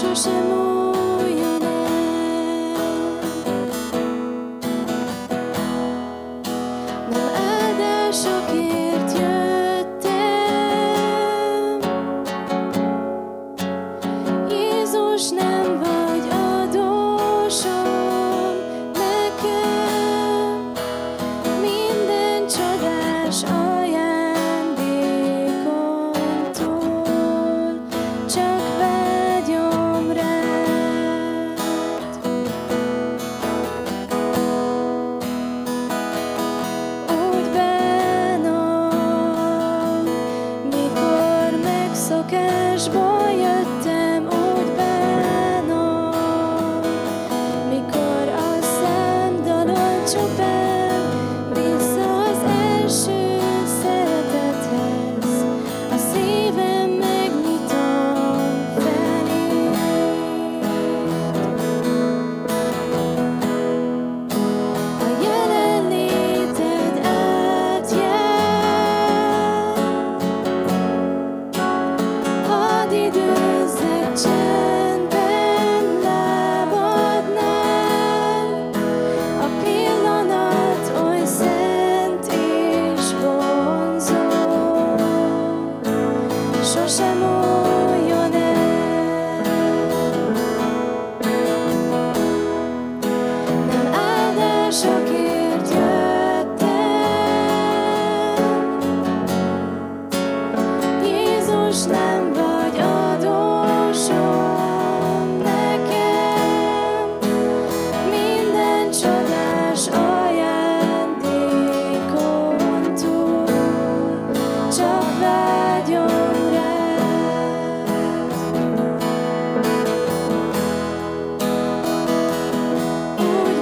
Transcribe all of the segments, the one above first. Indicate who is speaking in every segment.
Speaker 1: sosem múljon el. Nem áldásokért jöttem, Jézus, nem vagy adósom nekem, minden csodás ajándékontól csak vágyom rád. Úgy bánom, mikor megszokásból jöttem, úgy bánom, mikor a számdalon csupán vissza az első szeretethez, a szívem megnyitom feléd. A jelenléted átjár, hadd időzzek csendben lábadnál. A pillanat oly szent és vonzó, sosem múljon el. Nem áldásokért jöttem, Jézus, nem vagy adósom nekem, minden csodás ajándékon túl csak vágyom rád. Úgy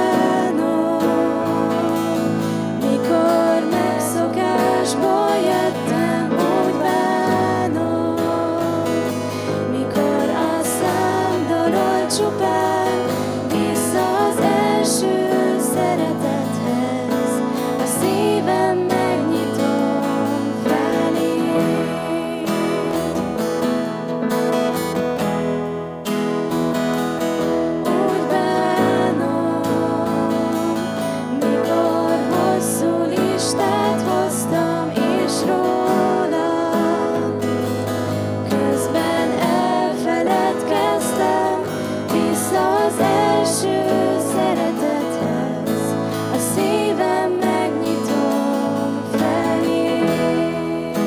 Speaker 1: bánom, mikor megszokásból jöttem, úgy bánom, mikor a számdalon csupán vissza az első szeretethez, a szívem megnyitom feléd. Úgy bánom, mikor hosszú listát hoztam és rólad, közben elfeledkeztem, vissza az első szeretethez, a szívem megnyitom feléd.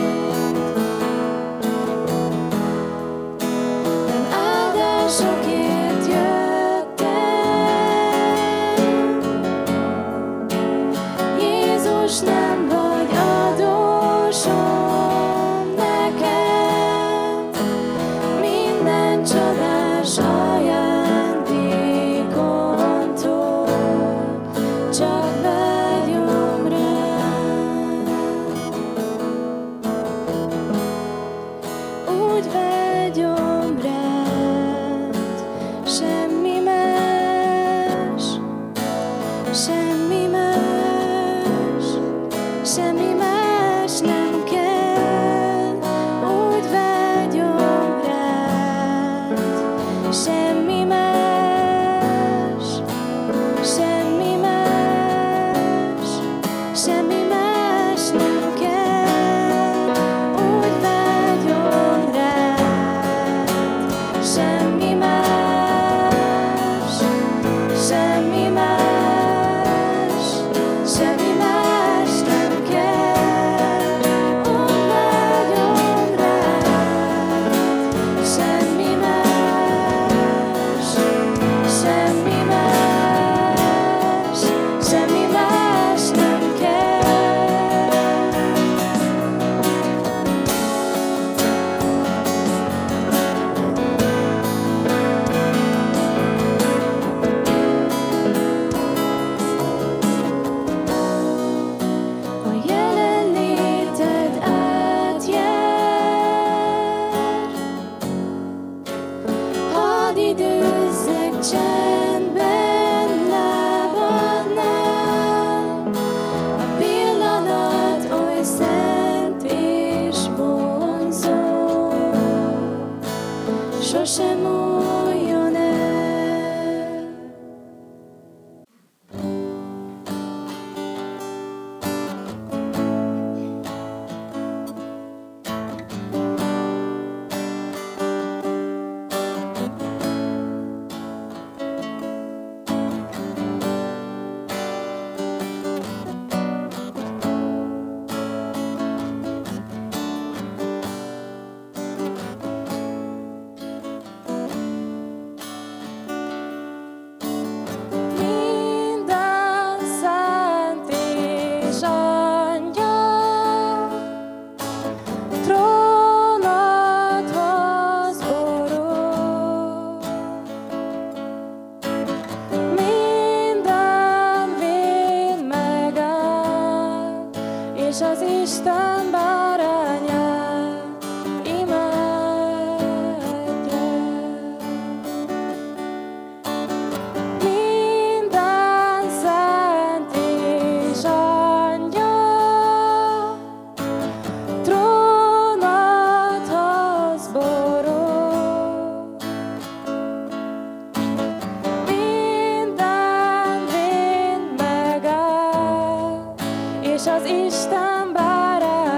Speaker 1: Nem áldásokért jöttem, Jézus, nem vagy adósom nekem, minden csodás ajándékontól csak vágyom rád. Úgy vágyom rád, semmi más, semmi más, semmi más nem kell. Úgy vágyom rád, semmi más, semmi más, semmi más nem kell. Úgy vágyom rád, semmi más, semmi más, semmi más nem kell. Úgy vágyom rád, semmi más, semmi más, semmi más nem kell. A jelenléted átjár, hadd időzzek csendben lábadnál. A pillanat oly szent és vonzó, sosem múljon Isten bárányát imádja. Minden szent és angyal trónodhoz borul. Minden vind megáll, és az Isten bárány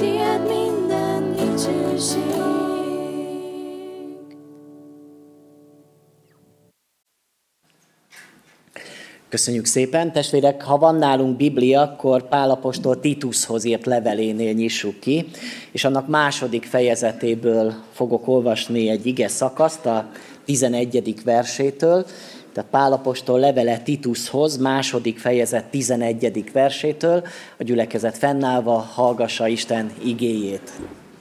Speaker 1: tiéd minden dicsőség.
Speaker 2: Köszönjük szépen. Testvérek, ha van nálunk Biblia, akkor Pál apostol Titushoz írt levelénél nyissuk ki, és annak második fejezetéből fogok olvasni egy ige szakaszt, a 11. versétől. Tehát Pál apostol levele Titushoz, második fejezet 11. versétől, a gyülekezet fennállva hallgassa Isten igéjét.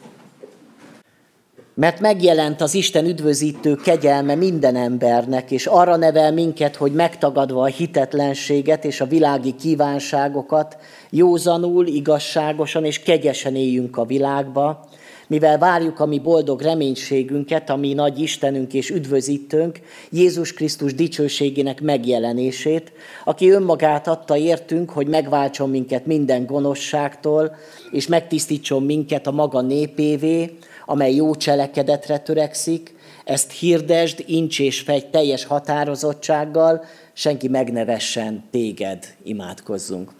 Speaker 2: Mert megjelent az Isten üdvözítő kegyelme minden embernek, és arra nevel minket, hogy megtagadva a hitetlenséget és a világi kívánságokat, józanul, igazságosan és kegyesen éljünk a világba, mivel várjuk a mi boldog reménységünket, a mi nagy Istenünk és üdvözítőnk, Jézus Krisztus dicsőségének megjelenését, aki önmagát adta értünk, hogy megváltson minket minden gonoszságtól, és megtisztítson minket a maga népévé, amely jó cselekedetre törekszik. Ezt hirdesd, incs és fegy teljes határozottsággal, senki meg ne vessen téged, imádkozzunk.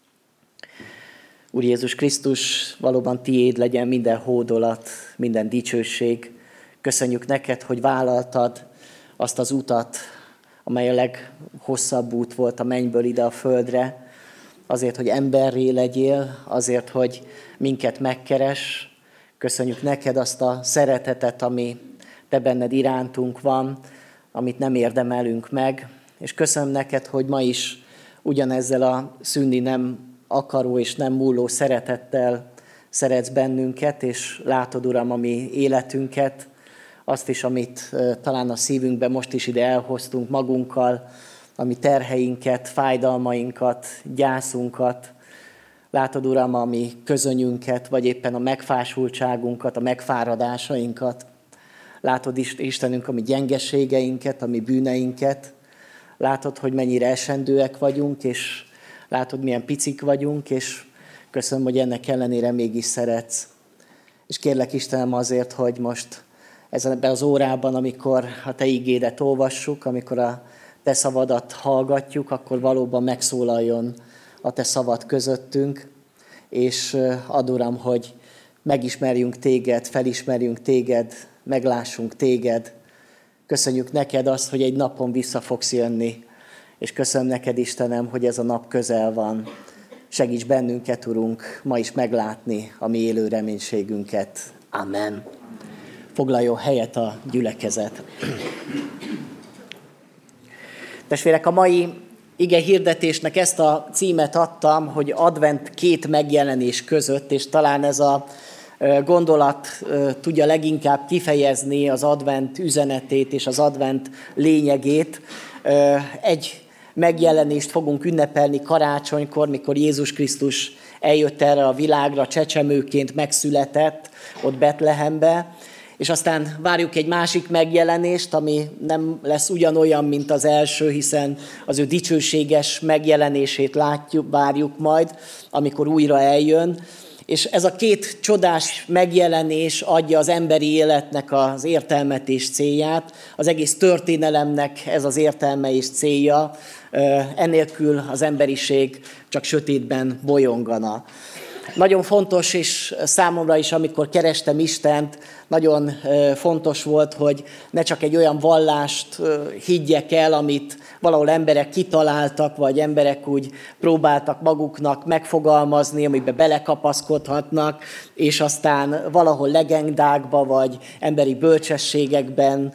Speaker 2: Úr Jézus Krisztus, valóban tiéd legyen minden hódolat, minden dicsőség. Köszönjük neked, hogy vállaltad azt az utat, amely a leghosszabb út volt a mennyből ide a földre, azért, hogy emberré legyél, azért, hogy minket megkeres. Köszönjük neked azt a szeretetet, ami te benned irántunk van, amit nem érdemelünk meg. És köszönöm neked, hogy ma is ugyanezzel a szűnni nem akaró és nem múló szeretettel szeretsz bennünket, és látod, Uram, a mi életünket, azt is, amit talán a szívünkben most is ide elhoztunk magunkkal, a mi terheinket, fájdalmainkat, gyászunkat. Látod, Uram, a mi közönyünket, vagy éppen a megfásultságunkat, a megfáradásainkat. Látod, Istenünk, a mi gyengeségeinket, a mi bűneinket. Látod, hogy mennyire esendőek vagyunk, és látod, milyen picik vagyunk, és köszönöm, hogy ennek ellenére mégis szeretsz. És kérlek, Istenem, azért, hogy most ebben az órában, amikor a te igédet olvassuk, amikor a te szavadat hallgatjuk, akkor valóban megszólaljon a te szavad közöttünk, és add, Uram, hogy megismerjünk téged, felismerjünk téged, meglássunk téged. Köszönjük neked azt, hogy egy napon vissza fogsz jönni, és köszönöm neked, Istenem, hogy ez a nap közel van. Segíts bennünket, Urunk, ma is meglátni a mi élő reménységünket. Amen. Foglaljon helyet a gyülekezet. Testvérek, a mai ige hirdetésnek ezt a címet adtam, hogy advent két megjelenés között, és talán ez a gondolat tudja leginkább kifejezni az advent üzenetét és az advent lényegét. Egy megjelenést fogunk ünnepelni karácsonykor, mikor Jézus Krisztus eljött erre a világra, csecsemőként megszületett ott Betlehembe, és aztán várjuk egy másik megjelenést, ami nem lesz ugyanolyan, mint az első, hiszen az ő dicsőséges megjelenését várjuk majd, amikor újra eljön. És ez a két csodás megjelenés adja az emberi életnek az értelmet és célját, az egész történelemnek ez az értelme és célja, ennélkül az emberiség csak sötétben bolyongana. Nagyon fontos, és számomra is, amikor kerestem Istent, nagyon fontos volt, hogy ne csak egy olyan vallást higgyek el, amit valahol emberek kitaláltak, vagy emberek úgy próbáltak maguknak megfogalmazni, amiben belekapaszkodhatnak, és aztán valahol legendákba, vagy emberi bölcsességekben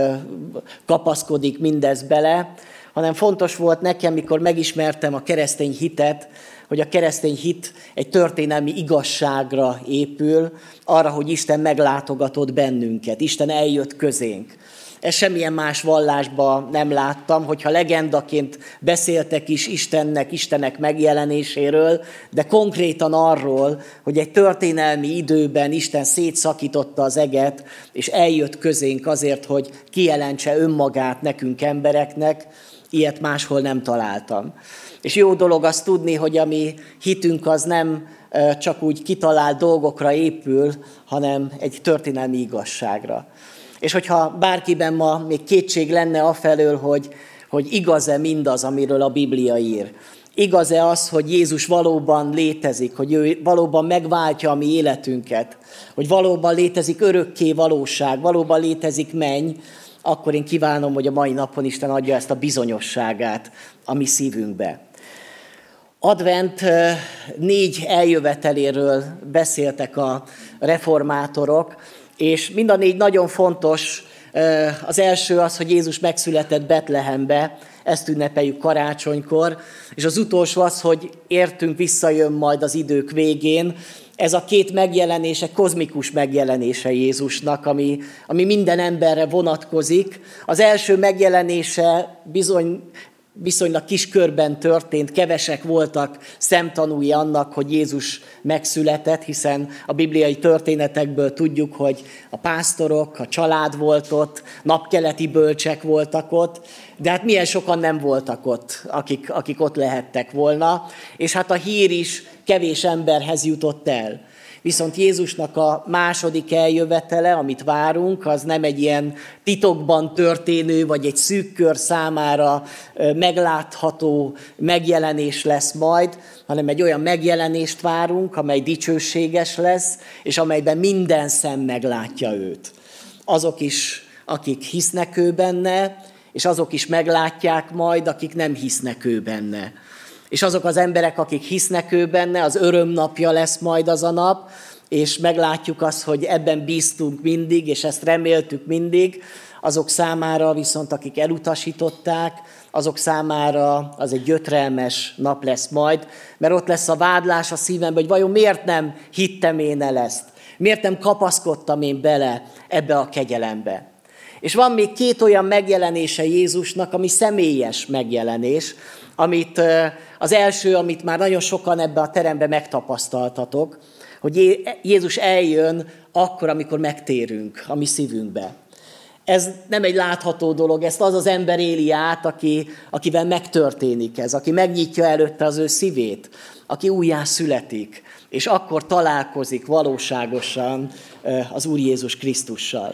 Speaker 2: kapaszkodik mindez bele, hanem fontos volt nekem, mikor megismertem a keresztény hitet, hogy a keresztény hit egy történelmi igazságra épül, arra, hogy Isten meglátogatott bennünket, Isten eljött közénk. Ezt semmilyen más vallásban nem láttam, hogyha legendaként beszéltek is Istenek megjelenéséről, de konkrétan arról, hogy egy történelmi időben Isten szétszakította az eget, és eljött közénk azért, hogy kijelentse önmagát nekünk embereknek, ilyet máshol nem találtam. És jó dolog azt tudni, hogy a mi hitünk az nem csak úgy kitalált dolgokra épül, hanem egy történelmi igazságra. És hogyha bárkiben ma még kétség lenne afelől, hogy igaz-e mindaz, amiről a Biblia ír. Igaz-e az, hogy Jézus valóban létezik, hogy ő valóban megváltja a mi életünket, hogy valóban létezik örökké valóság, valóban létezik menny, akkor én kívánom, hogy a mai napon Isten adja ezt a bizonyosságát a mi szívünkbe. Advent 4 eljöveteléről beszéltek a reformátorok, és mind a 4 nagyon fontos. Az első az, hogy Jézus megszületett Betlehembe, ezt ünnepeljük karácsonykor, és az utolsó az, hogy értünk, visszajön majd az idők végén. Ez a 2 megjelenése, kozmikus megjelenése Jézusnak, ami minden emberre vonatkozik. Az első megjelenése viszonylag kis körben történt, kevesek voltak szemtanúi annak, hogy Jézus megszületett, hiszen a bibliai történetekből tudjuk, hogy a pásztorok, a család volt ott, napkeleti bölcsek voltak ott, de hát milyen sokan nem voltak ott, akik ott lehettek volna, és hát a hír is kevés emberhez jutott el. Viszont Jézusnak a második eljövetele, amit várunk, az nem egy ilyen titokban történő, vagy egy szűk kör számára meglátható megjelenés lesz majd, hanem egy olyan megjelenést várunk, amely dicsőséges lesz, és amelyben minden szem meglátja őt. Azok is, akik hisznek ő benne, és azok is meglátják majd, akik nem hisznek ő benne. És azok az emberek, akik hisznek ő benne, az örömnapja lesz majd az a nap, és meglátjuk azt, hogy ebben bíztunk mindig, és ezt reméltük mindig, azok számára viszont, akik elutasították, azok számára az egy gyötrelmes nap lesz majd, mert ott lesz a vádlás a szívemben, hogy vajon miért nem hittem én el ezt, miért nem kapaszkodtam én bele ebbe a kegyelembe. És van még 2 olyan megjelenése Jézusnak, ami személyes megjelenés, amit az első, amit már nagyon sokan ebbe a terembe megtapasztaltatok, hogy Jézus eljön akkor, amikor megtérünk a mi szívünkbe. Ez nem egy látható dolog, ezt az az ember éli át, akivel megtörténik ez, aki megnyitja előtte az ő szívét, aki újjá születik, és akkor találkozik valóságosan az Úr Jézus Krisztussal.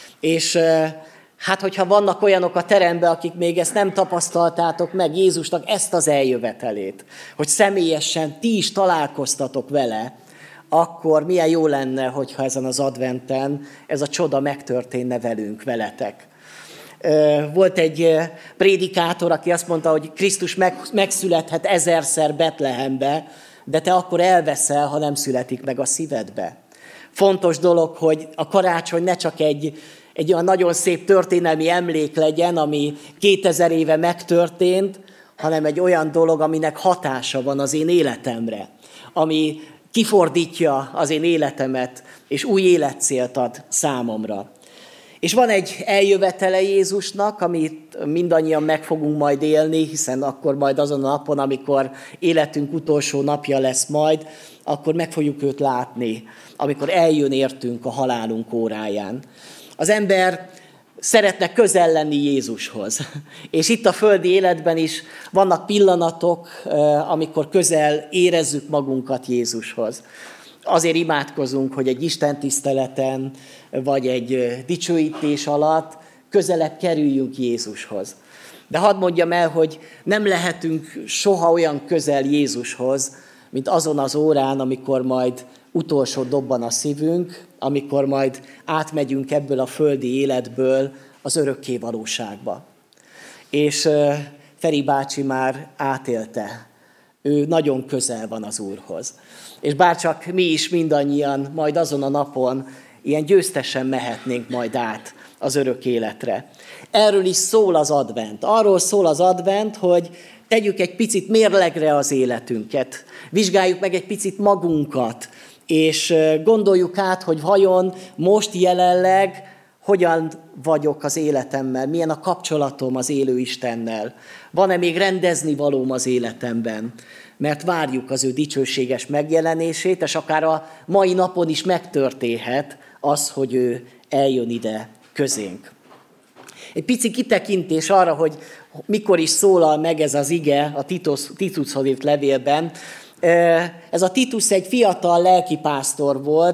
Speaker 2: És hát, hogyha vannak olyanok a teremben, akik még ezt nem tapasztaltátok meg, Jézusnak ezt az eljövetelét, hogy személyesen ti is találkoztatok vele, akkor milyen jó lenne, hogyha ezen az adventen ez a csoda megtörténne velünk, veletek. Volt egy prédikátor, aki azt mondta, hogy Krisztus megszülethet 1000-szer Betlehembe, de te akkor elveszel, ha nem születik meg a szívedbe. Fontos dolog, hogy a karácsony ne csak egy olyan nagyon szép történelmi emlék legyen, ami 2000 éve megtörtént, hanem egy olyan dolog, aminek hatása van az én életemre, ami kifordítja az én életemet, és új életcélt ad számomra. És van egy eljövetele Jézusnak, amit mindannyian meg fogunk majd élni, hiszen akkor majd azon a napon, amikor életünk utolsó napja lesz majd, akkor meg fogjuk őt látni, amikor eljön értünk a halálunk óráján. Az ember szeretne közel lenni Jézushoz. És itt a földi életben is vannak pillanatok, amikor közel érezzük magunkat Jézushoz. Azért imádkozunk, hogy egy istentiszteleten, vagy egy dicsőítés alatt közelebb kerüljünk Jézushoz. De hadd mondjam el, hogy nem lehetünk soha olyan közel Jézushoz, mint azon az órán, amikor majd utolsó dobban a szívünk, amikor majd átmegyünk ebből a földi életből az örökké valóságba. És Feri bácsi már átélte. Ő nagyon közel van az Úrhoz. És bárcsak mi is mindannyian majd azon a napon ilyen győztesen mehetnénk majd át az örök életre. Erről is szól az advent. Arról szól az advent, hogy tegyük egy picit mérlegre az életünket. Vizsgáljuk meg egy picit magunkat, és gondoljuk át, hogy vajon most jelenleg hogyan vagyok az életemmel, milyen a kapcsolatom az élő Istennel. Van-e még rendezni valóm az életemben? Mert várjuk az ő dicsőséges megjelenését, és akár a mai napon is megtörténhet az, hogy ő eljön ide közénk. Egy pici kitekintés arra, hogy mikor is szólal meg ez az ige a Titushoz írt levélben. Ez a Titus egy fiatal lelkipásztor volt,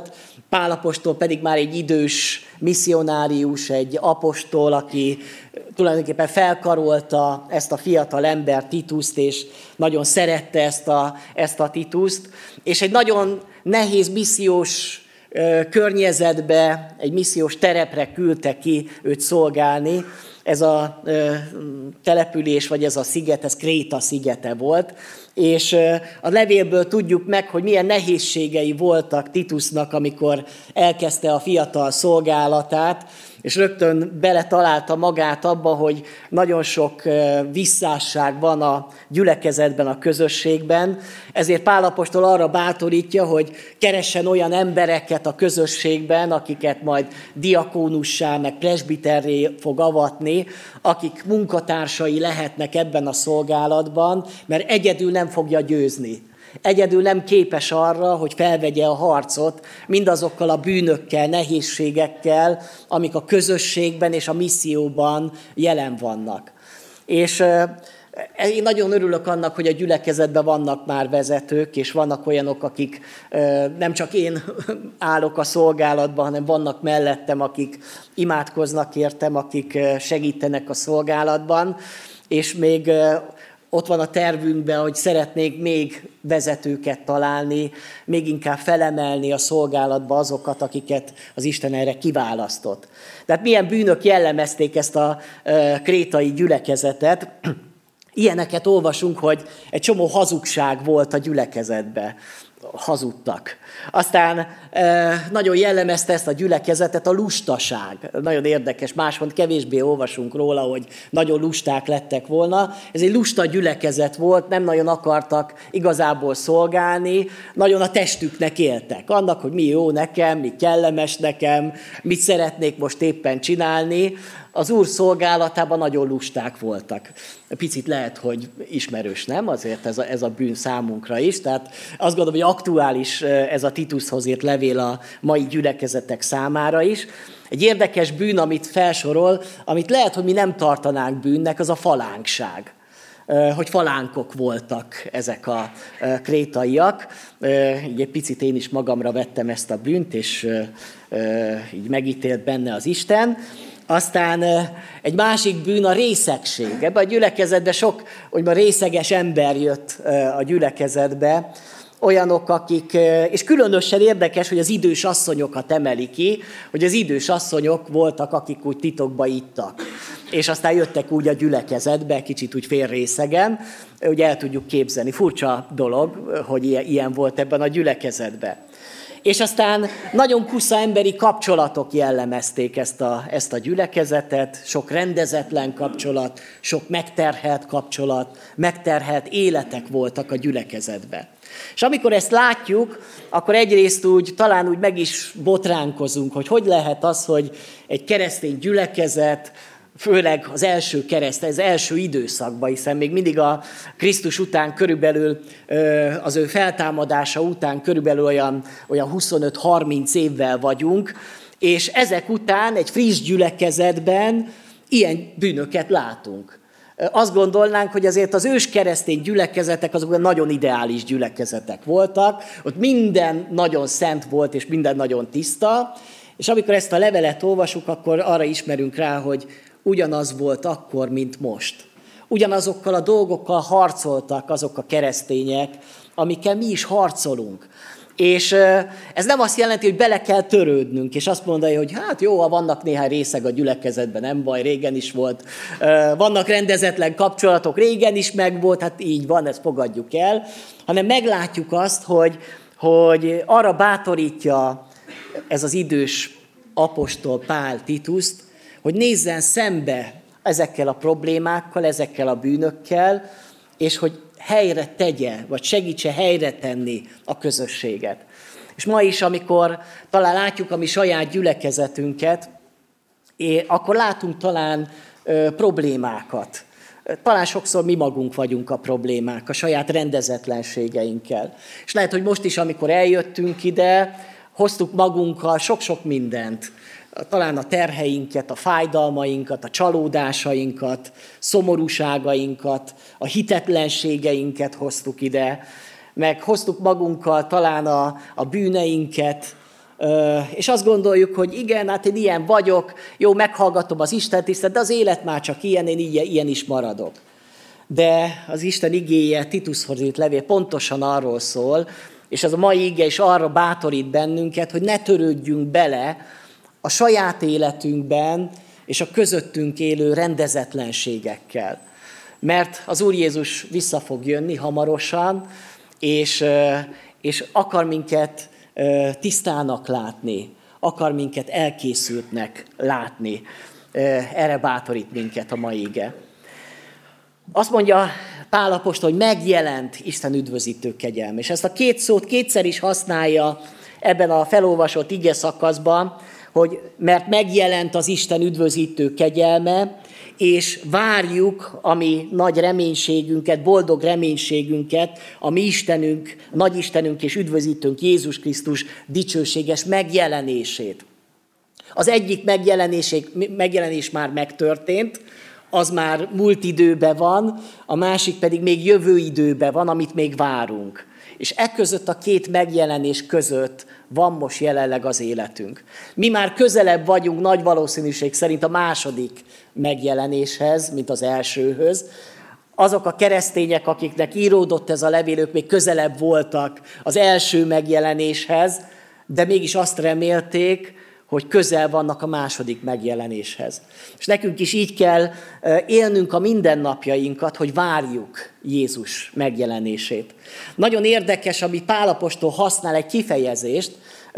Speaker 2: Pál apostol pedig már egy idős misszionárius, egy apostol, aki tulajdonképpen felkarolta ezt a fiatal embert, Tituszt, és nagyon szerette ezt a Tituszt, és egy nagyon nehéz missziós környezetbe, egy missziós terepre küldte ki őt szolgálni. Ez a település, vagy ez a sziget, ez Kréta szigete volt, és a levélből tudjuk meg, hogy milyen nehézségei voltak Titusnak, amikor elkezdte a fiatal szolgálatát, és rögtön beletalálta magát abba, hogy nagyon sok visszásság van a gyülekezetben, a közösségben. Ezért Pál apostol arra bátorítja, hogy keressen olyan embereket a közösségben, akiket majd diakónussá, meg presbiterré fog avatni, akik munkatársai lehetnek ebben a szolgálatban, mert egyedül nem fogja győzni. Egyedül nem képes arra, hogy felvegye a harcot mindazokkal a bűnökkel, nehézségekkel, amik a közösségben és a misszióban jelen vannak. És én nagyon örülök annak, hogy a gyülekezetben vannak már vezetők, és vannak olyanok, akik nem csak én állok a szolgálatban, hanem vannak mellettem, akik imádkoznak értem, akik segítenek a szolgálatban, és még ott van a tervünkben, hogy szeretnék még vezetőket találni, még inkább felemelni a szolgálatba azokat, akiket az Isten erre kiválasztott. Tehát milyen bűnök jellemezték ezt a krétai gyülekezetet? Ilyeneket olvasunk, hogy egy csomó hazugság volt a gyülekezetben. Hazudtak. Aztán nagyon jellemezte ezt a gyülekezetet a lustaság. Nagyon érdekes, máshol kevésbé olvasunk róla, hogy nagyon lusták lettek volna. Ez egy lusta gyülekezet volt, nem nagyon akartak igazából szolgálni, nagyon a testüknek éltek. Annak, hogy mi jó nekem, mi kellemes nekem, mit szeretnék most éppen csinálni. Az Úr szolgálatában nagyon lusták voltak. Picit lehet, hogy ismerős, nem? Azért ez a bűn számunkra is. Tehát azt gondolom, hogy aktuális ez a Titushoz írt levél a mai gyülekezetek számára is. Egy érdekes bűn, amit felsorol, amit lehet, hogy mi nem tartanánk bűnnek, az a falánkság. Hogy falánkok voltak ezek a krétaiak. Így egy picit én is magamra vettem ezt a bűnt, és így megítélt benne az Isten. Aztán egy másik bűn a részegség. Ebben a gyülekezetben sok részeges ember jött a gyülekezetbe, olyanok, akik, és különösen érdekes, hogy az idős asszonyokat emeli ki, hogy az idős asszonyok voltak, akik úgy titokba ittak. És aztán jöttek úgy a gyülekezetbe, kicsit úgy félrészegen, úgy el tudjuk képzelni. Furcsa dolog, hogy ilyen volt ebben a gyülekezetben. És aztán nagyon kusza emberi kapcsolatok jellemezték ezt a gyülekezetet, sok rendezetlen kapcsolat, sok megterhelt kapcsolat, megterhelt életek voltak a gyülekezetben. És amikor ezt látjuk, akkor egyrészt talán úgy meg is botránkozunk, hogy lehet az, hogy egy keresztény gyülekezet, főleg az első időszakban, hiszen még mindig a Krisztus után körülbelül, az ő feltámadása után körülbelül olyan 25-30 évvel vagyunk, és ezek után egy friss gyülekezetben ilyen bűnöket látunk. Azt gondolnánk, hogy azért az ős keresztény gyülekezetek azok nagyon ideális gyülekezetek voltak, ott minden nagyon szent volt, és minden nagyon tiszta, és amikor ezt a levelet olvasjuk, akkor arra ismerünk rá, hogy ugyanaz volt akkor, mint most. Ugyanazokkal a dolgokkal harcoltak azok a keresztények, amikkel mi is harcolunk. És ez nem azt jelenti, hogy bele kell törődnünk, és azt mondani, hogy hát jó, ha vannak néhány részeg a gyülekezetben, nem baj, régen is volt. Vannak rendezetlen kapcsolatok, régen is megvolt, hát így van, ezt fogadjuk el. Hanem meglátjuk azt, hogy arra bátorítja ez az idős apostol Pál Tituszt, hogy nézzen szembe ezekkel a problémákkal, ezekkel a bűnökkel, és hogy helyre tegye, vagy segítse helyre tenni a közösséget. És ma is, amikor talán látjuk a mi saját gyülekezetünket, akkor látunk talán problémákat. Talán sokszor mi magunk vagyunk a problémák, a saját rendezetlenségeinkkel. És lehet, hogy most is, amikor eljöttünk ide, hoztuk magunkkal sok-sok mindent. Talán a terheinket, a fájdalmainkat, a csalódásainkat, szomorúságainkat, a hitetlenségeinket hoztuk ide, meg hoztuk magunkkal talán a bűneinket, és azt gondoljuk, hogy igen, hát én ilyen vagyok, jó, meghallgatom az Isten tiszteletet, de az élet már csak ilyen, én ilyen is maradok. De az Isten igéje, Titushoz írt levél pontosan arról szól, és ez a mai ige is arra bátorít bennünket, hogy ne törődjünk bele a saját életünkben és a közöttünk élő rendezetlenségekkel. Mert az Úr Jézus vissza fog jönni hamarosan, és akar minket tisztának látni, akar minket elkészültnek látni. Erre bátorít minket a mai ige. Azt mondja Pál apostol, hogy megjelent Isten üdvözítő kegyelme. És ezt a két szót kétszer is használja ebben a felolvasott ige szakaszban, hogy mert megjelent az Isten üdvözítő kegyelme, és várjuk a mi nagy reménységünket, boldog reménységünket, a mi Istenünk, nagy Istenünk és üdvözítőnk Jézus Krisztus dicsőséges megjelenését. Az egyik megjelenés már megtörtént, az már múlt időben van, a másik pedig még jövő időben van, amit még várunk. És között a két megjelenés között van most jelenleg az életünk. Mi már közelebb vagyunk nagy valószínűség szerint a második megjelenéshez, mint az elsőhöz. Azok a keresztények, akiknek íródott ez a levél, ők még közelebb voltak az első megjelenéshez, de mégis azt remélték, hogy közel vannak a második megjelenéshez. És nekünk is így kell élnünk a mindennapjainkat, hogy várjuk Jézus megjelenését. Nagyon érdekes, amit Pál apostol használ egy kifejezést.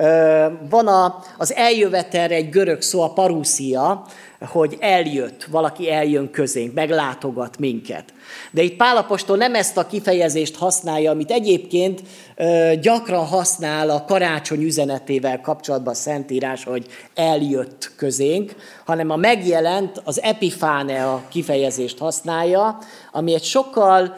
Speaker 2: Van az eljövetelre egy görög szó, a parousia, hogy eljött, valaki eljön közénk, meglátogat minket. De itt Pál apostol nem ezt a kifejezést használja, amit egyébként gyakran használ a karácsony üzenetével kapcsolatban a Szentírás, hogy eljött közénk, hanem a megjelent, az epifánea kifejezést használja, ami egy sokkal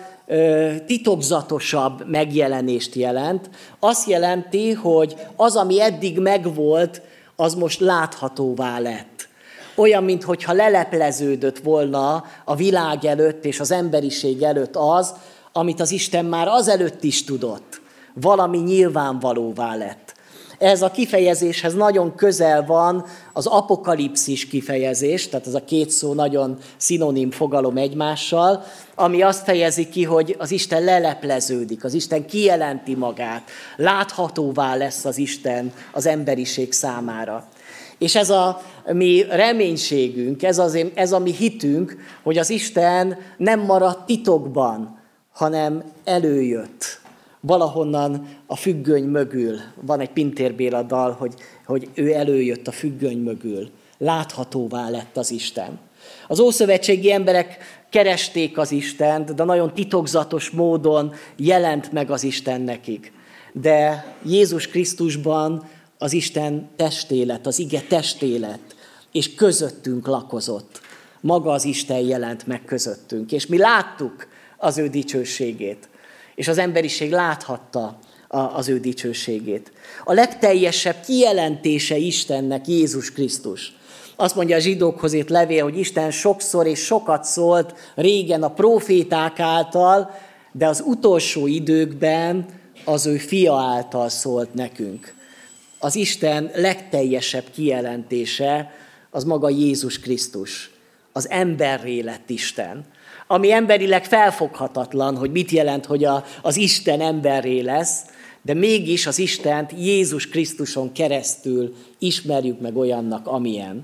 Speaker 2: titokzatosabb megjelenést jelent. Azt jelenti, hogy az, ami eddig megvolt, az most láthatóvá lett. Olyan, mintha lelepleződött volna a világ előtt és az emberiség előtt az, amit az Isten már azelőtt is tudott. Valami nyilvánvalóvá lett. Ez a kifejezéshez nagyon közel van az apokalipszis kifejezés, tehát ez a két szó nagyon szinonim fogalom egymással, ami azt fejezi ki, hogy az Isten lelepleződik, az Isten kijelenti magát, láthatóvá lesz az Isten az emberiség számára. És ez a mi reménységünk, ez a mi hitünk, hogy az Isten nem maradt titokban, hanem előjött. Valahonnan a függöny mögül. Van egy Pintér Béla dal, hogy ő előjött a függöny mögül. Láthatóvá lett az Isten. Az ószövetségi emberek keresték az Istent, de nagyon titokzatos módon jelent meg az Isten nekik. De Jézus Krisztusban az Isten testé lett, az ige testé lett, és közöttünk lakozott. Maga az Isten jelent meg közöttünk, és mi láttuk az ő dicsőségét, és az emberiség láthatta az ő dicsőségét. A legteljesebb kijelentése Istennek Jézus Krisztus. Azt mondja a zsidókhoz írt levél, hogy Isten sokszor és sokat szólt régen a próféták által, de az utolsó időkben az ő fia által szólt nekünk. Az Isten legteljesebb kijelentése az maga Jézus Krisztus. Az emberré lett Isten. Ami emberileg felfoghatatlan, hogy mit jelent, hogy az Isten emberré lesz, de mégis az Istent Jézus Krisztuson keresztül ismerjük meg olyannak, amilyen.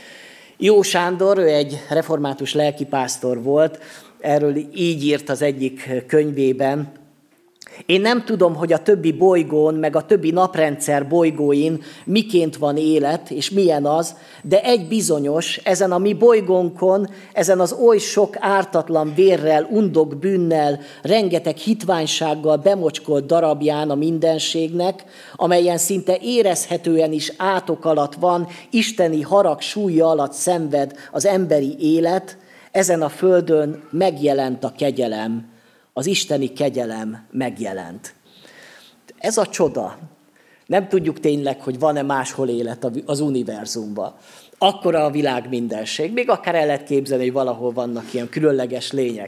Speaker 2: Jó Sándor, ő egy református lelkipásztor volt, erről így írt az egyik könyvében. Én nem tudom, hogy a többi bolygón, meg a többi naprendszer bolygóin miként van élet, és milyen az, de egy bizonyos, ezen a mi bolygónkon, ezen az oly sok ártatlan vérrel, undok bűnnel, rengeteg hitványsággal bemocskolt darabján a mindenségnek, amelyen szinte érezhetően is átok alatt van, isteni harag súlya alatt szenved az emberi élet, ezen a földön megjelent a kegyelem. Az isteni kegyelem megjelent. Ez a csoda. Nem tudjuk tényleg, hogy van-e máshol élet az univerzumban. Akkora a világ mindenség. Még akár el lehet képzelni, hogy valahol vannak ilyen különleges lények.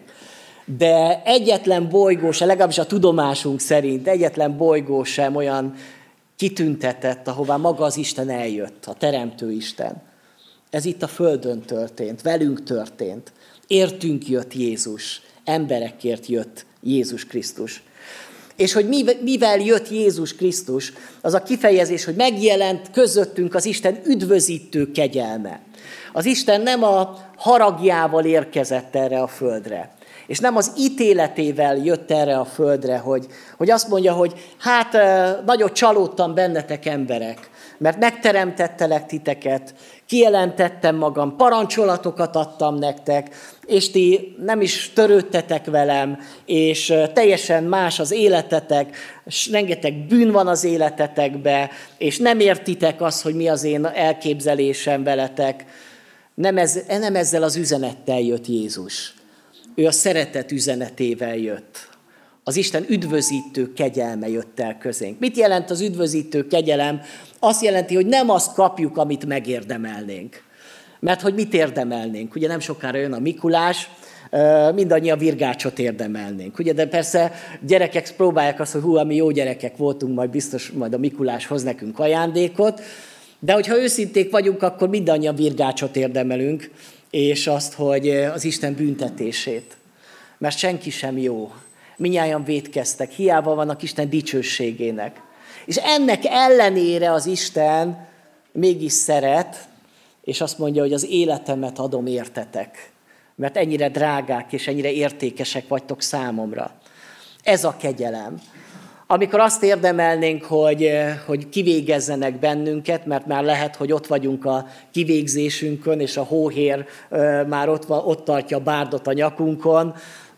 Speaker 2: De egyetlen bolygó sem, legalábbis a tudomásunk szerint egyetlen bolygó sem olyan kitüntetett, ahová maga az Isten eljött, a Teremtő Isten. Ez itt a földön történt, velünk történt. Értünk jött Jézus, emberekért jött Jézus Krisztus. És hogy mivel jött Jézus Krisztus, az a kifejezés, hogy megjelent közöttünk az Isten üdvözítő kegyelme. Az Isten nem a haragjával érkezett erre a földre, és nem az ítéletével jött erre a földre, hogy azt mondja, hogy hát nagyot csalódtam bennetek emberek, mert megteremtettelek titeket, kijelentettem magam, parancsolatokat adtam nektek, és ti nem is törődtetek velem, és teljesen más az életetek, és rengeteg bűn van az életetekbe, és nem értitek azt, hogy mi az én elképzelésem veletek. Nem ezzel az üzenettel jött Jézus. Ő a szeretet üzenetével jött. Az Isten üdvözítő kegyelme jött el közénk. Mit jelent az üdvözítő kegyelem? Azt jelenti, hogy nem azt kapjuk, amit megérdemelnénk. Mert hogy mit érdemelnénk? Ugye nem sokára jön a Mikulás, mindannyian virgácsot érdemelnénk. Ugye, de persze gyerekek próbálják azt, hogy mi jó gyerekek voltunk, majd biztos majd a Mikulás hoz nekünk ajándékot. De hogyha őszinték vagyunk, akkor mindannyian virgácsot érdemelünk, és azt, hogy az Isten büntetését. Mert senki sem jó. Mindnyájan vétkeztek, hiába vannak Isten dicsőségének. És ennek ellenére az Isten mégis szeret, és azt mondja, hogy az életemet adom értetek. Mert ennyire drágák és ennyire értékesek vagytok számomra. Ez a kegyelem. Amikor azt érdemelnénk, hogy kivégezzenek bennünket, mert már lehet, hogy ott vagyunk a kivégzésünkön, és a hóhér már ott tartja a bárdot a nyakunkon,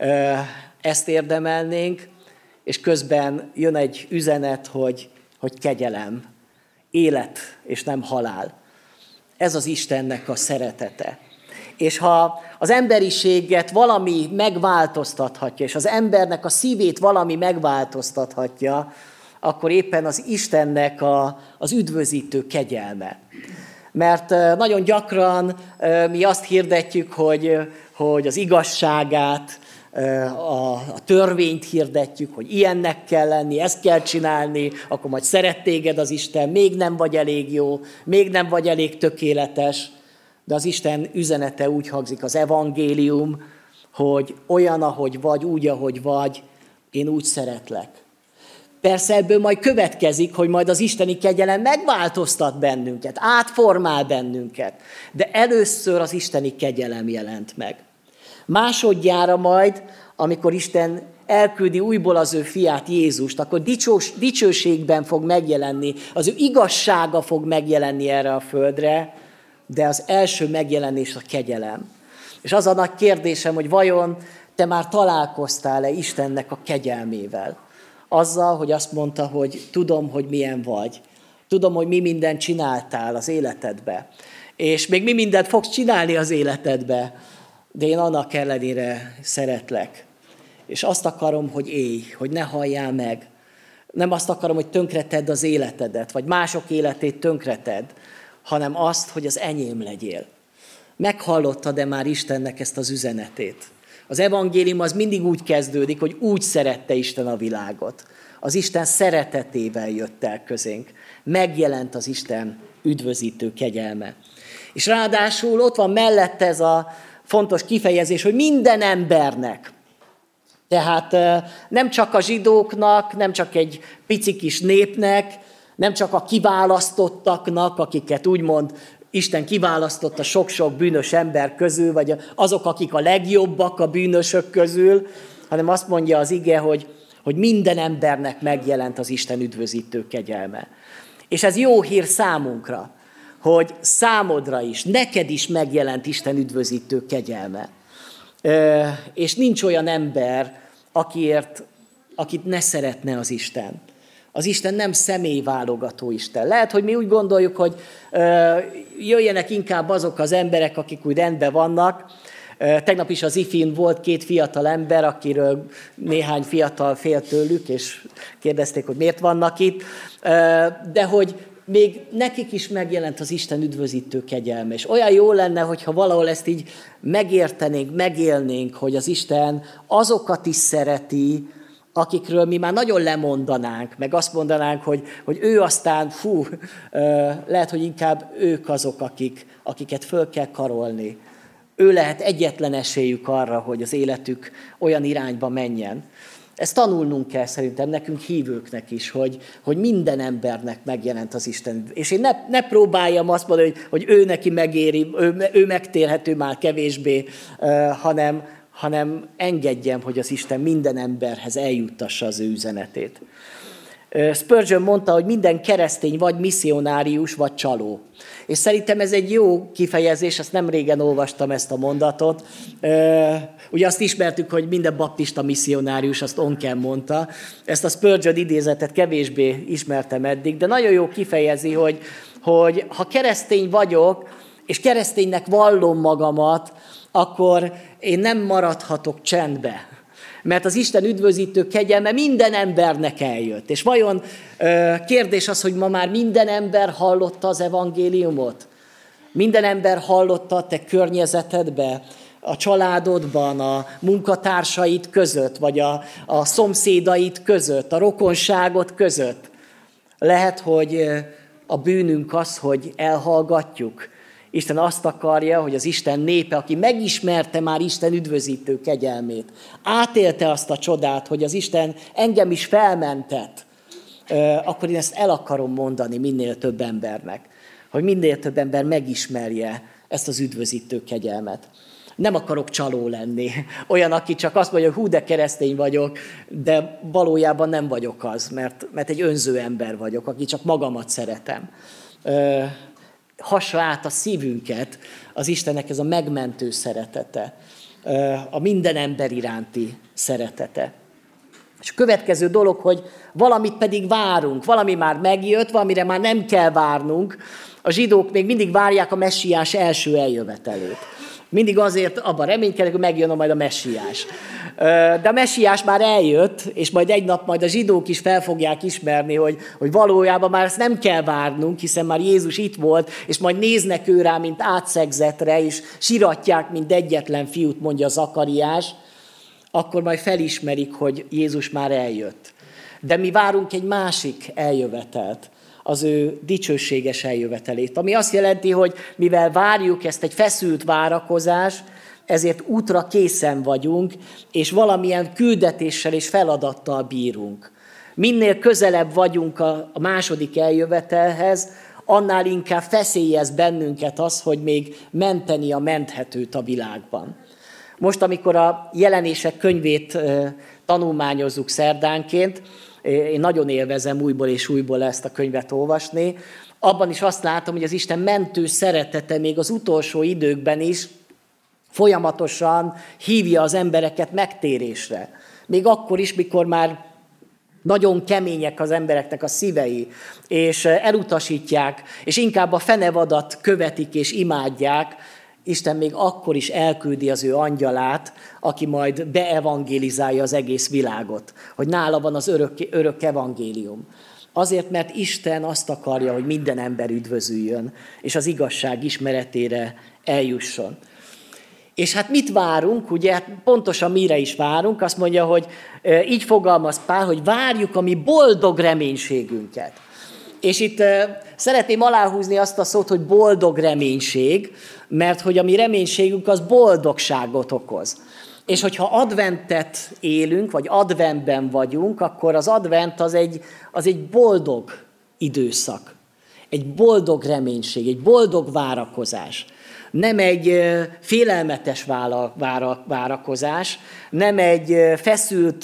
Speaker 2: ezt érdemelnénk, és közben jön egy üzenet, hogy kegyelem, élet és nem halál. Ez az Istennek a szeretete. És ha az emberiséget valami megváltoztathatja, és az embernek a szívét valami megváltoztathatja, akkor éppen az Istennek az üdvözítő kegyelme. Mert nagyon gyakran mi azt hirdetjük, hogy az igazságát, a törvényt hirdetjük, hogy ilyennek kell lenni, ezt kell csinálni, akkor majd szeret téged az Isten, még nem vagy elég jó, még nem vagy elég tökéletes. De az Isten üzenete úgy hangzik, az evangélium, hogy olyan, ahogy vagy, úgy, ahogy vagy, én úgy szeretlek. Persze ebből majd következik, hogy majd az isteni kegyelem megváltoztat bennünket, átformál bennünket. De először az isteni kegyelem jelent meg. Másodjára majd, amikor Isten elküldi újból az ő fiát Jézust, akkor dicsőségben fog megjelenni, az ő igazsága fog megjelenni erre a földre, de az első megjelenés a kegyelem. És az a nagy kérdésem, hogy vajon te már találkoztál-e Istennek a kegyelmével? Azzal, hogy azt mondta, hogy tudom, hogy milyen vagy. Tudom, hogy mi mindent csináltál az életedbe. És még mi mindent fogsz csinálni az életedbe. De én annak ellenére szeretlek. És azt akarom, hogy élj, hogy ne halljál meg. Nem azt akarom, hogy tönkretedd az életedet, vagy mások életét tönkretedd, hanem azt, hogy az enyém legyél. Meghallottad-e már Istennek ezt az üzenetét? Az evangélium az mindig úgy kezdődik, hogy úgy szerette Isten a világot. Az Isten szeretetével jött el közénk. Megjelent az Isten üdvözítő kegyelme. És ráadásul ott van mellette ez a fontos kifejezés, hogy minden embernek. Tehát nem csak a zsidóknak, nem csak egy pici kis népnek, nem csak a kiválasztottaknak, akiket úgymond Isten kiválasztott a sok-sok bűnös ember közül, vagy azok, akik a legjobbak a bűnösök közül, hanem azt mondja az ige, hogy minden embernek megjelent az Isten üdvözítő kegyelme. És ez jó hír számunkra, hogy számodra is, neked is megjelent Isten üdvözítő kegyelme. És nincs olyan ember, akit ne szeretne az Isten. Az Isten nem személyválogató Isten. Lehet, hogy mi úgy gondoljuk, hogy jöjjenek inkább azok az emberek, akik úgy rendben vannak. Tegnap is az ifin volt 2 fiatal ember, akiről néhány fiatal fél tőlük, és kérdezték, hogy miért vannak itt. De hogy még nekik is megjelent az Isten üdvözítő kegyelme. És olyan jó lenne, hogyha valahol ezt így megértenénk, megélnénk, hogy az Isten azokat is szereti, akikről mi már nagyon lemondanánk, meg azt mondanánk, hogy ő aztán, lehet, hogy inkább ők azok, akiket föl kell karolni. Ő lehet egyetlen esélyük arra, hogy az életük olyan irányba menjen. Ezt tanulnunk kell szerintem nekünk hívőknek is, hogy minden embernek megjelent az Isten. És én ne próbáljam azt mondani, hogy ő neki megéri, ő megtérhető már kevésbé, hanem engedjem, hogy az Isten minden emberhez eljuttassa az ő üzenetét. Spurgeon mondta, hogy minden keresztény vagy misszionárius, vagy csaló. És szerintem ez egy jó kifejezés, ezt nem régen olvastam ezt a mondatot. Ugye azt ismertük, hogy minden baptista misszionárius, azt Onken mondta. Ezt a Spurgeon idézetet kevésbé ismertem eddig, de nagyon jó kifejezi, hogy ha keresztény vagyok, és kereszténynek vallom magamat, akkor én nem maradhatok csendbe. Mert az Isten üdvözítő kegyelme minden embernek eljött. És vajon kérdés az, hogy ma már minden ember hallotta az evangéliumot? Minden ember hallotta a te környezetedbe, a családodban, a munkatársaid között, vagy a szomszédaid között, a rokonságod között? Lehet, hogy a bűnünk az, hogy elhallgatjuk. Isten azt akarja, hogy az Isten népe, aki megismerte már Isten üdvözítő kegyelmét, átélte azt a csodát, hogy az Isten engem is felmentett, akkor én ezt el akarom mondani minél több embernek, hogy minél több ember megismerje ezt az üdvözítő kegyelmet. Nem akarok csaló lenni, olyan, aki csak azt mondja, hogy de keresztény vagyok, de valójában nem vagyok az, mert egy önző ember vagyok, aki csak magamat szeretem. Hassa át a szívünket az Istennek ez a megmentő szeretete, a minden ember iránti szeretete. És a következő dolog, hogy valamit pedig várunk, valami már megjött, valamire már nem kell várnunk. A zsidók még mindig várják a messiás első eljövetelét. Mindig azért abban reménykednek, hogy megjön majd a messiás. De a messiás már eljött, és majd egy nap majd a zsidók is fel fogják ismerni, hogy valójában már ezt nem kell várnunk, hiszen már Jézus itt volt, és majd néznek ő rá, mint átszegzetre, és siratják, mint egyetlen fiút, mondja Zakariás, akkor majd felismerik, hogy Jézus már eljött. De mi várunk egy másik eljövetelt, az ő dicsőséges eljövetelét. Ami azt jelenti, hogy mivel várjuk ezt egy feszült várakozás, ezért útra készen vagyunk, és valamilyen küldetéssel és feladattal bírunk. Minél közelebb vagyunk a második eljövetelhez, annál inkább feszélyez bennünket az, hogy még menteni a menthetőt a világban. Most, amikor a Jelenések könyvét tanulmányozzuk szerdánként, én nagyon élvezem újból és újból ezt a könyvet olvasni. Abban is azt látom, hogy az Isten mentő szeretete még az utolsó időkben is folyamatosan hívja az embereket megtérésre. Még akkor is, mikor már nagyon kemények az embereknek a szívei, és elutasítják, és inkább a fenevadat követik és imádják, Isten még akkor is elküldi az ő angyalát, aki majd beevangélizálja az egész világot, hogy nála van az örök evangélium. Azért, mert Isten azt akarja, hogy minden ember üdvözüljön, és az igazság ismeretére eljusson. És hát mit várunk, ugye, pontosan mire is várunk, azt mondja, hogy így fogalmaz Pál, hogy várjuk a mi boldog reménységünket. És itt szeretném aláhúzni azt a szót, hogy boldog reménység, mert hogy a mi reménységünk az boldogságot okoz. És hogyha adventet élünk, vagy adventben vagyunk, akkor az advent az egy boldog időszak. Egy boldog reménység, egy boldog várakozás. Nem egy félelmetes várakozás, nem egy feszült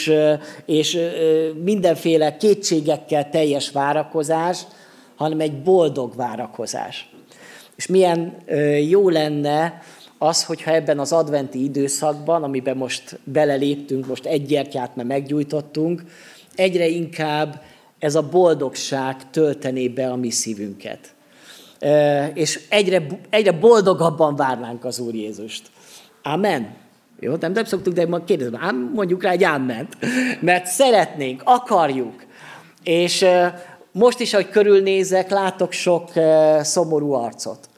Speaker 2: és mindenféle kétségekkel teljes várakozás, hanem egy boldog várakozás. És milyen jó lenne az, hogyha ebben az adventi időszakban, amiben most beleléptünk, most egy gyertyát már meggyújtottunk, egyre inkább ez a boldogság töltené be a mi szívünket. És egyre boldogabban várnánk az Úr Jézust. Amen. Jó, nem szoktuk, de ma kérdezem, mondjuk rá egy áment. Mert szeretnénk, akarjuk. És most is, ahogy körülnézek, látok sok szomorú arcot.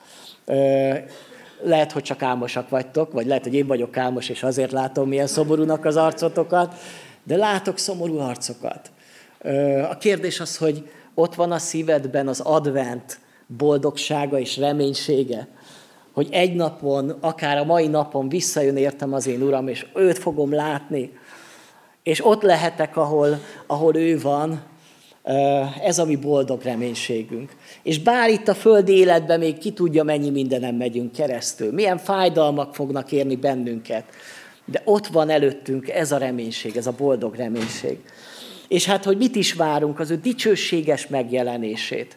Speaker 2: Lehet, hogy csak álmosak vagytok, vagy lehet, hogy én vagyok álmos, és azért látom milyen szomorúnak az arcotokat, de látok szomorú arcokat. A kérdés az, hogy ott van a szívedben az advent boldogsága és reménysége, hogy egy napon, akár a mai napon visszajön értem az én Uram, és őt fogom látni, és ott lehetek, ahol ő van. Ez a mi boldog reménységünk. És bár itt a földi életben még ki tudja, mennyi mindenem megyünk keresztül, milyen fájdalmak fognak érni bennünket, de ott van előttünk ez a reménység, ez a boldog reménység. És hát, hogy mit is várunk, az ő dicsőséges megjelenését.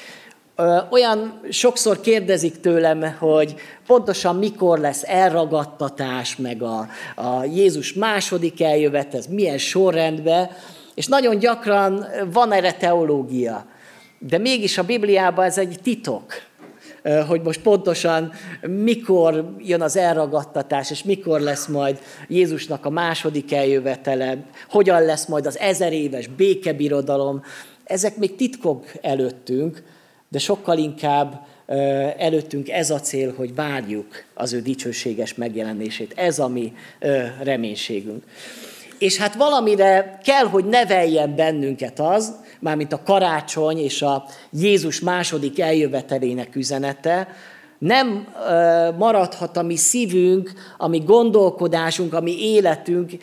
Speaker 2: Olyan sokszor kérdezik tőlem, hogy pontosan mikor lesz elragadtatás, meg a Jézus második eljövet, ez milyen sorrendben, és nagyon gyakran van erre teológia. De mégis a Bibliában ez egy titok, hogy most pontosan mikor jön az elragadtatás, és mikor lesz majd Jézusnak a második eljövetele, hogyan lesz majd az 1000 éves békebirodalom. Ezek még titkok előttünk, de sokkal inkább előttünk ez a cél, hogy várjuk az ő dicsőséges megjelenését. Ez a mi reménységünk. És hát valamire kell, hogy neveljen bennünket az, mármint a karácsony és a Jézus második eljövetelének üzenete, nem maradhat a mi szívünk, a mi gondolkodásunk, a mi életünk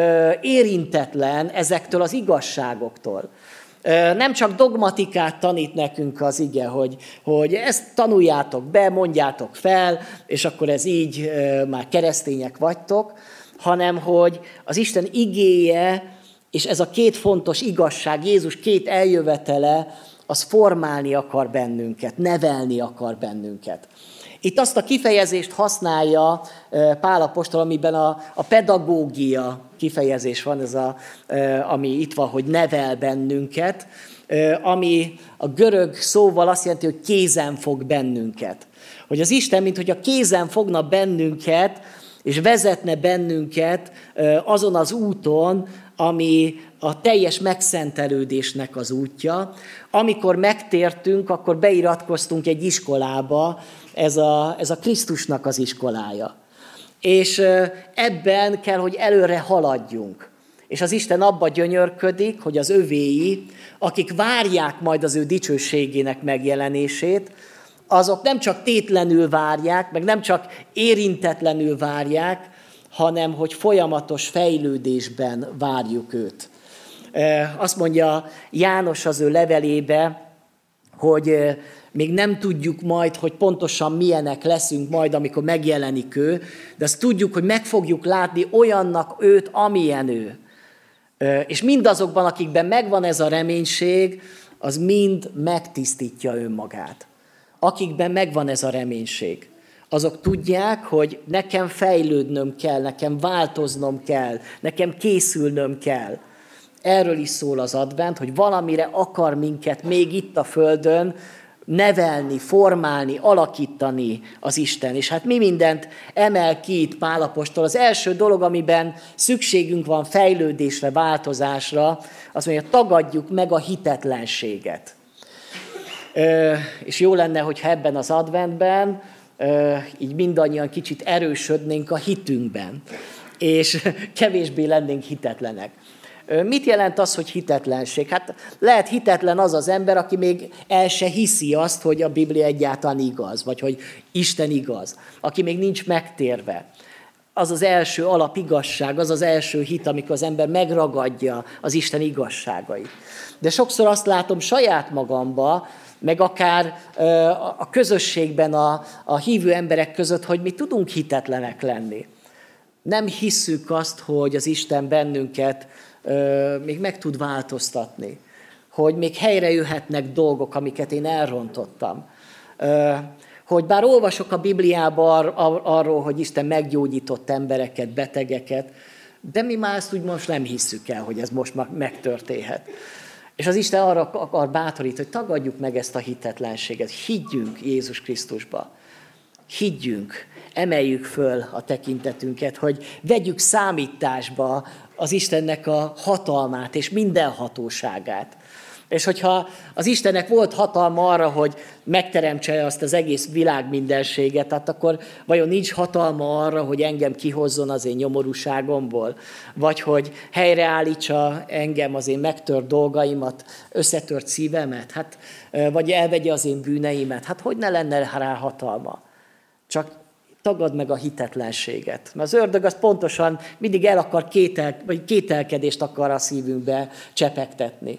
Speaker 2: érintetlen ezektől az igazságoktól. Nem csak dogmatikát tanít nekünk az ige, hogy ezt tanuljátok be, mondjátok fel, és akkor ez így már keresztények vagytok, hanem hogy az Isten igéje, és ez a két fontos igazság, Jézus két eljövetele, az formálni akar bennünket, nevelni akar bennünket. Itt azt a kifejezést használja Pál apostol, amiben a pedagógia kifejezés van, ez ami itt van, hogy nevel bennünket, ami a görög szóval azt jelenti, hogy kézen fog bennünket. Hogy az Isten, mint hogy a kézen fogna bennünket, és vezetne bennünket azon az úton, ami a teljes megszentelődésnek az útja. Amikor megtértünk, akkor beiratkoztunk egy iskolába, ez a Krisztusnak az iskolája. És ebben kell, hogy előre haladjunk. És az Isten abba gyönyörködik, hogy az övéi, akik várják majd az ő dicsőségének megjelenését, azok nem csak tétlenül várják, meg nem csak érintetlenül várják, hanem hogy folyamatos fejlődésben várjuk őt. Azt mondja János az ő levelébe, hogy még nem tudjuk majd, hogy pontosan milyenek leszünk majd, amikor megjelenik ő, de azt tudjuk, hogy meg fogjuk látni olyannak őt, amilyen ő. És mindazokban, akikben megvan ez a reménység, az mind megtisztítja önmagát. Akikben megvan ez a reménység, azok tudják, hogy nekem fejlődnöm kell, nekem változnom kell, nekem készülnöm kell. Erről is szól az advent, hogy valamire akar minket még itt a földön nevelni, formálni, alakítani az Isten. És hát mi mindent emel ki itt Pál apostol. Az első dolog, amiben szükségünk van fejlődésre, változásra, az mondja, tagadjuk meg a hitetlenséget. És jó lenne, hogyha ebben az adventben így mindannyian kicsit erősödnénk a hitünkben, és kevésbé lennénk hitetlenek. Mit jelent az, hogy hitetlenség? Hát lehet hitetlen az az ember, aki még el se hiszi azt, hogy a Biblia egyáltalán igaz, vagy hogy Isten igaz, aki még nincs megtérve. Az az első alapigazság, az az első hit, amikor az ember megragadja az Isten igazságait. De sokszor azt látom saját magamba, meg akár a közösségben, a hívő emberek között, hogy mi tudunk hitetlenek lenni. Nem hisszük azt, hogy az Isten bennünket még meg tud változtatni. Hogy még helyre jöhetnek dolgok, amiket én elrontottam. Hogy bár olvasok a Bibliában arról, hogy Isten meggyógyított embereket, betegeket, de mi már ezt úgy most nem hisszük el, hogy ez most megtörténhet. És az Isten arra akar bátorítani, hogy tagadjuk meg ezt a hitetlenséget. Higgyünk Jézus Krisztusba. Higgyünk, emeljük föl a tekintetünket, hogy vegyük számításba az Istennek a hatalmát és mindenhatóságát. És hogyha az Istennek volt hatalma arra, hogy megteremtse azt az egész világ mindenséget, hát akkor vajon nincs hatalma arra, hogy engem kihozzon az én nyomorúságomból? Vagy hogy helyreállítsa engem az én megtört dolgaimat, összetört szívemet? Hát, vagy elvegye az én bűneimet? Hát hogy ne lenne rá hatalma? Csak tagad meg a hitetlenséget. Mert az ördög az pontosan mindig el akar vagy kételkedést akar a szívünkbe csepegtetni.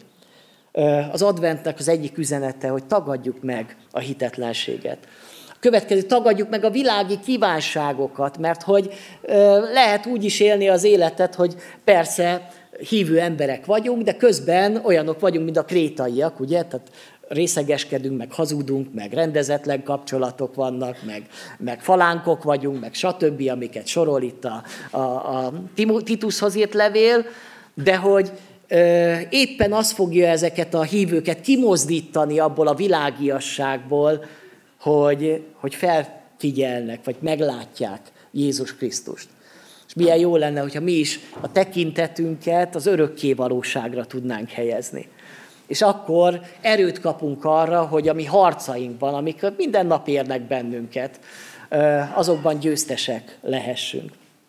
Speaker 2: Az adventnek az egyik üzenete, hogy tagadjuk meg a hitetlenséget. A következő, tagadjuk meg a világi kívánságokat, mert hogy lehet úgy is élni az életet, hogy persze hívő emberek vagyunk, de közben olyanok vagyunk, mint a krétaiak, ugye? Tehát részegeskedünk, meg hazudunk, meg rendezetlen kapcsolatok vannak, meg falánkok vagyunk, meg stb., amiket sorol itt a Titushoz írt levél, de hogy éppen az fogja ezeket a hívőket kimozdítani abból a világiasságból, hogy felfigyelnek, vagy meglátják Jézus Krisztust. És milyen jó lenne, hogyha mi is a tekintetünket az örökké valóságra tudnánk helyezni. És akkor erőt kapunk arra, hogy a mi harcainkban, amik minden nap érnek bennünket, azokban győztesek lehessünk.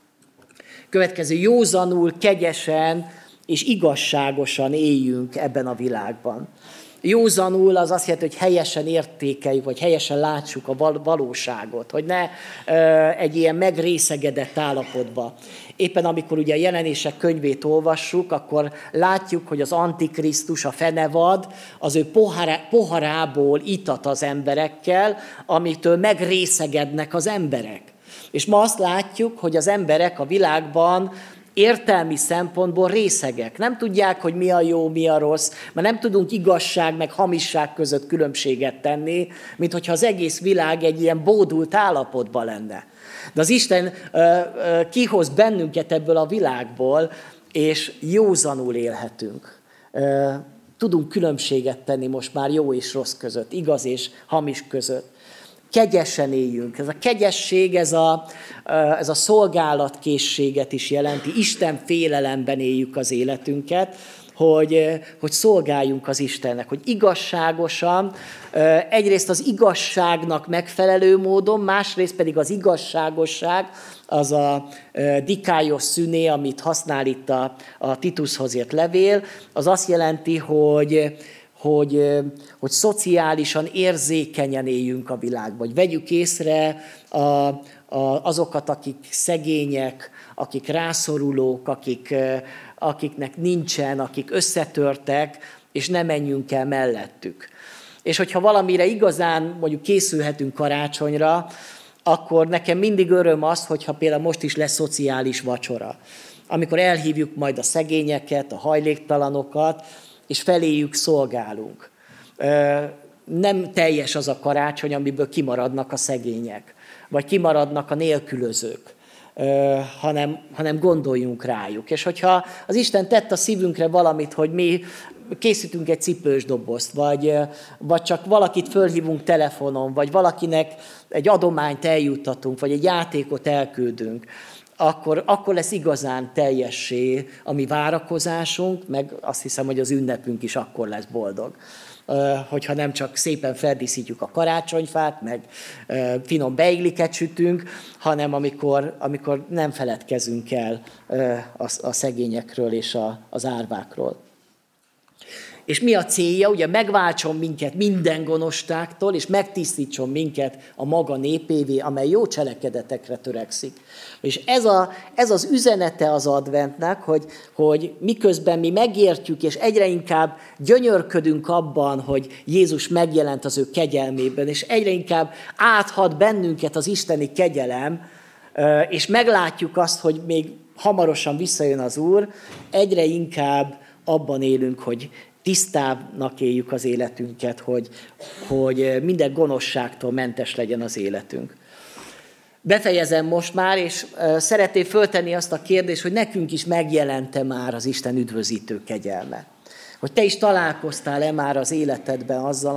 Speaker 2: Következő, józanul, kegyesen és igazságosan éljünk ebben a világban. Józanul az azt jelenti, hogy helyesen értékeljük, vagy helyesen látsuk a valóságot, hogy ne egy ilyen megrészegedett állapotba. Éppen amikor ugye a Jelenések könyvét olvassuk, akkor látjuk, hogy az Antikrisztus, a fenevad, az ő poharából itat az emberekkel, amitől megrészegednek az emberek. És ma azt látjuk, hogy az emberek a világban értelmi szempontból részegek. Nem tudják, hogy mi a jó, mi a rossz, mert nem tudunk igazság meg hamisság között különbséget tenni, mint hogyha az egész világ egy ilyen bódult állapotban lenne. De az Isten kihoz bennünket ebből a világból, és józanul élhetünk. Tudunk különbséget tenni most már jó és rossz között, igaz és hamis között. Kegyesen éljünk. Ez a kegyesség, ez a szolgálatkészséget is jelenti. Isten félelemben éljük az életünket, hogy szolgáljunk az Istennek, hogy igazságosan, egyrészt az igazságnak megfelelő módon, másrészt pedig az igazságosság, az a dikályos szüné, amit használ itt a Titushoz írt levél, az azt jelenti, hogy szociálisan érzékenyen éljünk a világban, hogy vegyük észre azokat, akik szegények, akik rászorulók, akiknek nincsen, akik összetörtek, és ne menjünk el mellettük. És hogyha valamire igazán mondjuk készülhetünk karácsonyra, akkor nekem mindig öröm az, hogyha például most is lesz szociális vacsora, amikor elhívjuk majd a szegényeket, a hajléktalanokat, és feléjük szolgálunk. Nem teljes az a karácsony, amiből kimaradnak a szegények, vagy kimaradnak a nélkülözők, hanem gondoljunk rájuk. És hogyha az Isten tett a szívünkre valamit, hogy mi készítünk egy cipős dobozt, vagy csak valakit fölhívunk telefonon, vagy valakinek egy adományt eljuttatunk, vagy egy játékot elküldünk, akkor lesz igazán teljessé a mi várakozásunk, meg azt hiszem, hogy az ünnepünk is akkor lesz boldog. Hogyha nem csak szépen feldíszítjük a karácsonyfát, meg finom beigliket sütünk, hanem amikor nem feledkezünk el a szegényekről és az árvákról. És mi a célja? Ugye megváltson minket minden gonoszságtól, és megtisztítson minket a maga népévé, amely jó cselekedetekre törekszik. És ez az üzenete az adventnek, hogy miközben mi megértjük, és egyre inkább gyönyörködünk abban, hogy Jézus megjelent az ő kegyelmében, és egyre inkább áthat bennünket az isteni kegyelem, és meglátjuk azt, hogy még hamarosan visszajön az Úr, egyre inkább abban élünk, hogy tisztábbnak éljük az életünket, hogy minden gonoszságtól mentes legyen az életünk. Befejezem most már, és szeretném föltenni azt a kérdést, hogy nekünk is megjelente már az Isten üdvözítő kegyelme. Hogy te is találkoztál-e már az életedben azzal,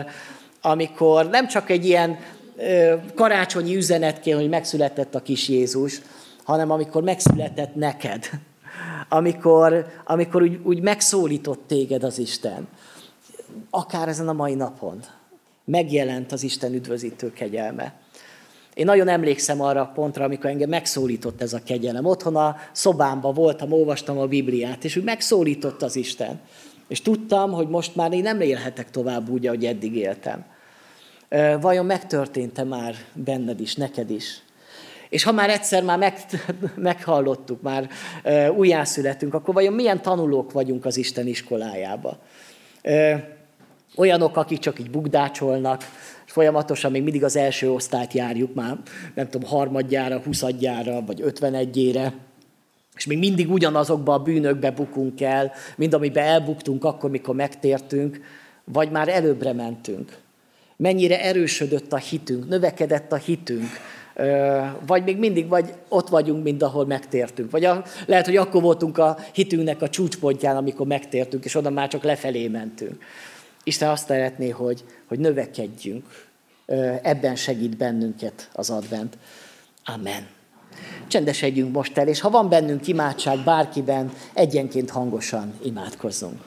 Speaker 2: amikor nem csak egy ilyen karácsonyi üzenetként, hogy megszületett a kis Jézus, hanem amikor megszületett neked. Amikor úgy megszólított téged az Isten. akár ezen a mai napon megjelent az Isten üdvözítő kegyelme. Én nagyon emlékszem arra a pontra, amikor engem megszólított ez a kegyelem. Otthon a szobámban voltam, olvastam a Bibliát, és úgy megszólított az Isten. És tudtam, hogy most már én nem élhetek tovább úgy, ahogy eddig éltem. Vajon megtörtént-e már benned is, neked is? És ha már egyszer meghallottuk, már újjászületünk, akkor vajon milyen tanulók vagyunk az Isten iskolájába? Olyanok, akik csak így bugdácsolnak, és folyamatosan még mindig az első osztályt járjuk már, nem tudom, 3-adjára, 20-adjára, vagy 51-ére, és még mindig ugyanazokba a bűnökbe bukunk el, mint amiben elbuktunk akkor, mikor megtértünk, vagy már előbbre mentünk. Mennyire erősödött a hitünk, növekedett a hitünk, vagy még mindig ott vagyunk, mint ahol megtértünk. Vagy lehet, hogy akkor voltunk a hitünknek a csúcspontján, amikor megtértünk, és oda már csak lefelé mentünk. Isten azt szeretné, hogy növekedjünk. Ebben segít bennünket az advent. Amen. Csendesedjünk most el, és ha van bennünk imádság bárkiben, egyenként hangosan imádkozzunk.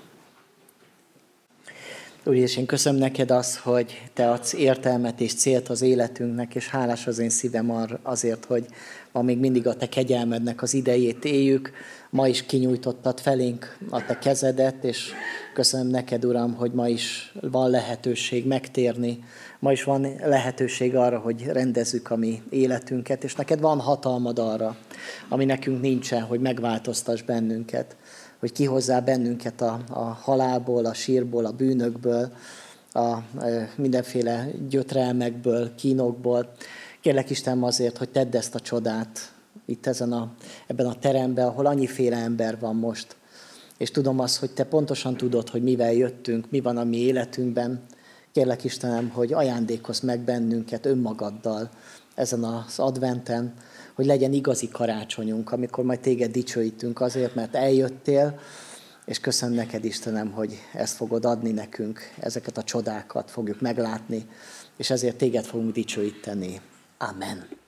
Speaker 2: Úr Jézus, én köszönöm neked azt, hogy te adsz értelmet és célt az életünknek, és hálás az én szívem azért, hogy ma még mindig a te kegyelmednek az idejét éljük. Ma is kinyújtottad felénk a te kezedet, és köszönöm neked, Uram, hogy ma is van lehetőség megtérni. Ma is van lehetőség arra, hogy rendezzük a mi életünket, és neked van hatalmad arra, ami nekünk nincsen, hogy megváltoztass bennünket, hogy kihozzál bennünket a halálból, a sírból, a bűnökből, a mindenféle gyötrelmekből, kínokból. Kérlek Istenem azért, hogy tedd ezt a csodát itt ebben a teremben, ahol annyiféle ember van most. És tudom azt, hogy te pontosan tudod, hogy mivel jöttünk, mi van a mi életünkben. Kérlek Istenem, hogy ajándékozz meg bennünket önmagaddal ezen az adventen, hogy legyen igazi karácsonyunk, amikor majd téged dicsőítünk azért, mert eljöttél, és köszönöm neked, Istenem, hogy ezt fogod adni nekünk, ezeket a csodákat fogjuk meglátni, és ezért téged fogunk dicsőíteni. Amen.